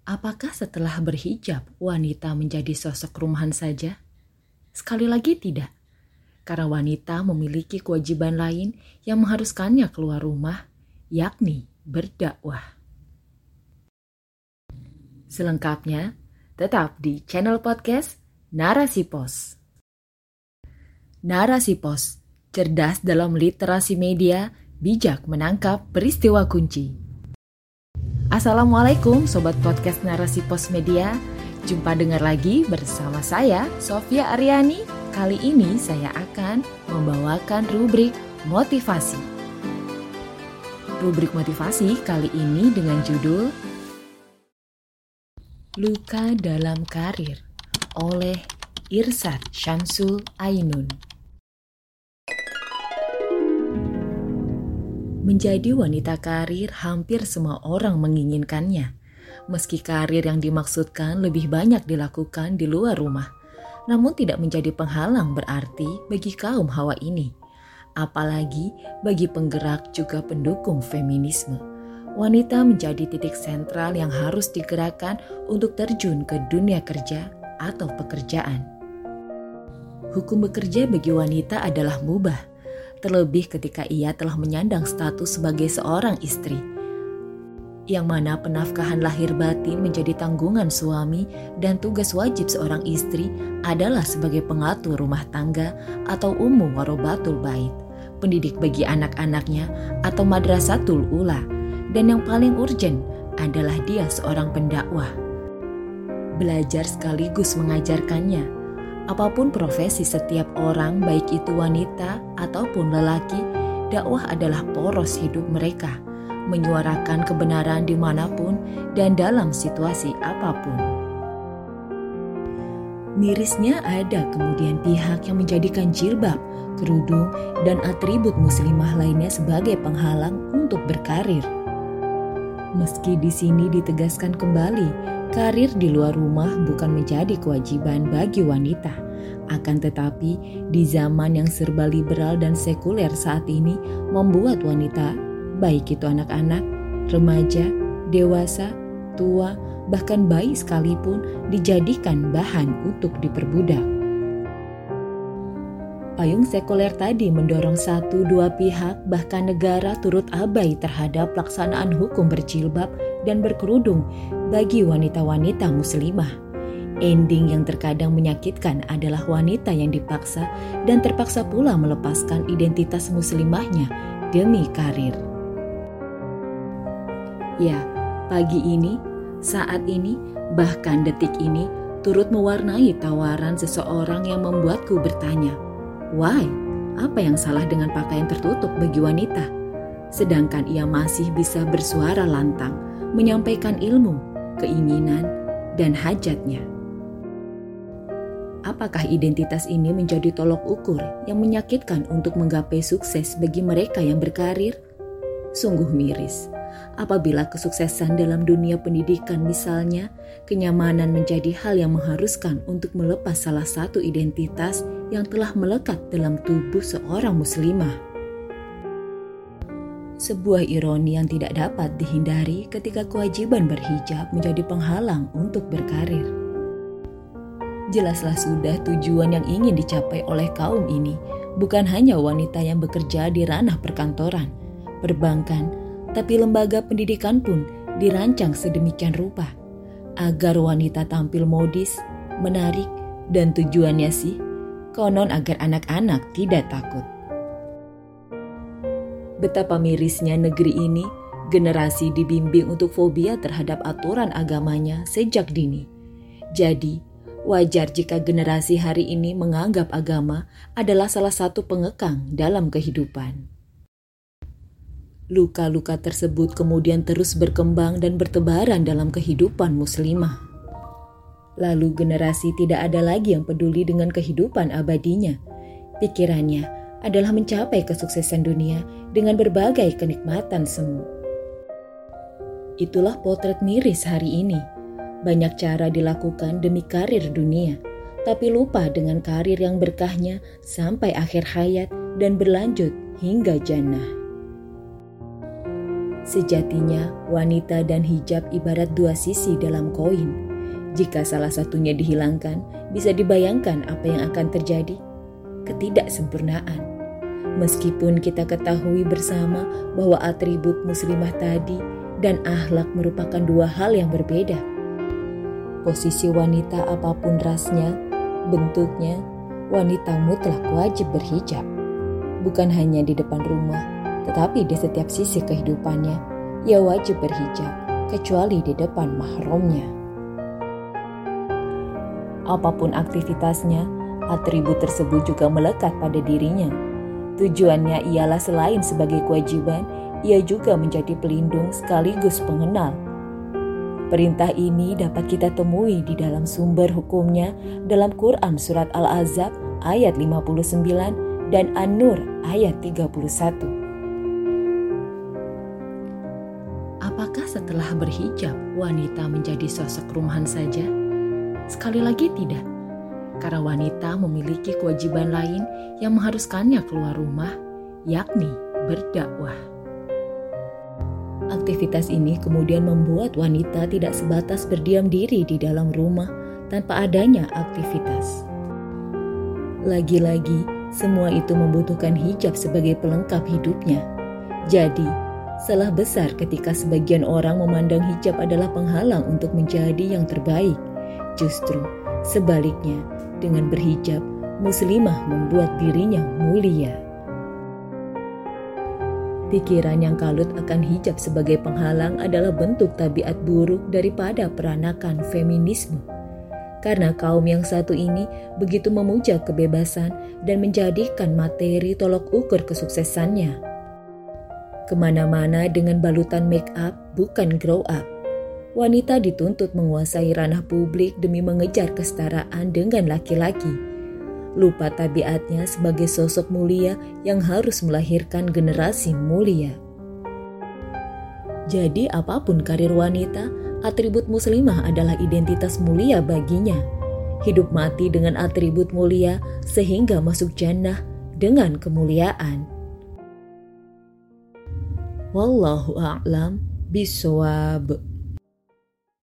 Apakah setelah berhijab wanita menjadi sosok rumahan saja? Sekali lagi tidak, karena wanita memiliki kewajiban lain yang mengharuskannya keluar rumah, yakni berdakwah. Selengkapnya, tetap di channel podcast Narasi Pos. Narasi Pos, cerdas dalam literasi media, bijak menangkap peristiwa kunci. Assalamualaikum Sobat Podcast Narasi Pos Media. Jumpa dengar lagi bersama saya, Sofia Aryani. Kali ini saya akan membawakan rubrik motivasi. Rubrik motivasi kali ini dengan judul Luka dalam Karir oleh Irsad Syamsul Ainun. Menjadi wanita karir hampir semua orang menginginkannya. Meski karir yang dimaksudkan lebih banyak dilakukan di luar rumah, namun tidak menjadi penghalang berarti bagi kaum hawa ini. Apalagi bagi penggerak juga pendukung feminisme. Wanita menjadi titik sentral yang harus digerakkan untuk terjun ke dunia kerja atau pekerjaan. Hukum bekerja bagi wanita adalah mubah. Terlebih ketika ia telah menyandang status sebagai seorang istri, yang mana penafkahan lahir batin menjadi tanggungan suami dan tugas wajib seorang istri adalah sebagai pengatur rumah tangga atau warobatul bait, pendidik bagi anak-anaknya atau madrasatul ula, dan yang paling urgent adalah dia seorang pendakwah. Belajar sekaligus mengajarkannya. Apapun profesi setiap orang, baik itu wanita ataupun lelaki, dakwah adalah poros hidup mereka, menyuarakan kebenaran dimanapun dan dalam situasi apapun. Mirisnya ada kemudian pihak yang menjadikan jilbab, kerudung, dan atribut muslimah lainnya sebagai penghalang untuk berkarir. Meski di sini ditegaskan kembali, karir di luar rumah bukan menjadi kewajiban bagi wanita. Akan tetapi, di zaman yang serba liberal dan sekuler saat ini membuat wanita, baik itu anak-anak, remaja, dewasa, tua, bahkan bayi sekalipun dijadikan bahan untuk diperbudak. Payung sekuler tadi mendorong satu dua pihak bahkan negara turut abai terhadap pelaksanaan hukum berjilbab dan berkerudung bagi wanita-wanita muslimah. Ending yang terkadang menyakitkan adalah wanita yang dipaksa dan terpaksa pula melepaskan identitas muslimahnya demi karir. Ya, pagi ini, saat ini, bahkan detik ini turut mewarnai tawaran seseorang yang membuatku bertanya, why? Apa yang salah dengan pakaian tertutup bagi wanita? Sedangkan ia masih bisa bersuara lantang, menyampaikan ilmu, keinginan, dan hajatnya. Apakah identitas ini menjadi tolok ukur yang menyakitkan untuk menggapai sukses bagi mereka yang berkarir? Sungguh miris. Apabila kesuksesan dalam dunia pendidikan misalnya, kenyamanan menjadi hal yang mengharuskan untuk melepas salah satu identitas yang telah melekat dalam tubuh seorang muslimah. Sebuah ironi yang tidak dapat dihindari ketika kewajiban berhijab menjadi penghalang untuk berkarir. Jelaslah sudah tujuan yang ingin dicapai oleh kaum ini, bukan hanya wanita yang bekerja di ranah perkantoran, perbankan, tapi lembaga pendidikan pun dirancang sedemikian rupa, agar wanita tampil modis, menarik, dan tujuannya sih, konon agar anak-anak tidak takut. Betapa mirisnya negeri ini, generasi dibimbing untuk fobia terhadap aturan agamanya sejak dini. Jadi, wajar jika generasi hari ini menganggap agama adalah salah satu pengekang dalam kehidupan. Luka-luka tersebut kemudian terus berkembang dan bertebaran dalam kehidupan muslimah. Lalu generasi tidak ada lagi yang peduli dengan kehidupan abadinya. Pikirannya adalah mencapai kesuksesan dunia dengan berbagai kenikmatan semu. Itulah potret miris hari ini. Banyak cara dilakukan demi karir dunia, tapi lupa dengan karir yang berkahnya sampai akhir hayat dan berlanjut hingga jannah. Sejatinya, wanita dan hijab ibarat dua sisi dalam koin. Jika salah satunya dihilangkan, bisa dibayangkan apa yang akan terjadi? Ketidaksempurnaan. Meskipun kita ketahui bersama bahwa atribut muslimah tadi dan akhlak merupakan dua hal yang berbeda. Posisi wanita apapun rasnya, bentuknya, wanita mutlak wajib berhijab. Bukan hanya di depan rumah, tetapi di setiap sisi kehidupannya, ia wajib berhijab, kecuali di depan mahramnya. Apapun aktivitasnya, atribut tersebut juga melekat pada dirinya. Tujuannya ialah selain sebagai kewajiban, ia juga menjadi pelindung sekaligus pengenal. Perintah ini dapat kita temui di dalam sumber hukumnya dalam Quran Surat Al-Ahzab ayat 59 dan An-Nur ayat 31. Apakah setelah berhijab wanita menjadi sosok rumahan saja? Sekali lagi tidak. Karena wanita memiliki kewajiban lain yang mengharuskannya keluar rumah, yakni berdakwah. Aktivitas ini kemudian membuat wanita tidak sebatas berdiam diri di dalam rumah tanpa adanya aktivitas. Lagi-lagi, semua itu membutuhkan hijab sebagai pelengkap hidupnya. Jadi, salah besar ketika sebagian orang memandang hijab adalah penghalang untuk menjadi yang terbaik. Justru, sebaliknya, dengan berhijab, muslimah membuat dirinya mulia. Pikiran yang kalut akan hijab sebagai penghalang adalah bentuk tabiat buruk daripada peranakan feminisme. Karena kaum yang satu ini begitu memuja kebebasan dan menjadikan materi tolok ukur kesuksesannya. Kemana-mana dengan balutan make up, bukan grow up. Wanita dituntut menguasai ranah publik demi mengejar kesetaraan dengan laki-laki. Lupa tabiatnya sebagai sosok mulia yang harus melahirkan generasi mulia. Jadi apapun karir wanita, atribut muslimah adalah identitas mulia baginya. Hidup mati dengan atribut mulia sehingga masuk jannah dengan kemuliaan. Wallahu a'lam bishawab.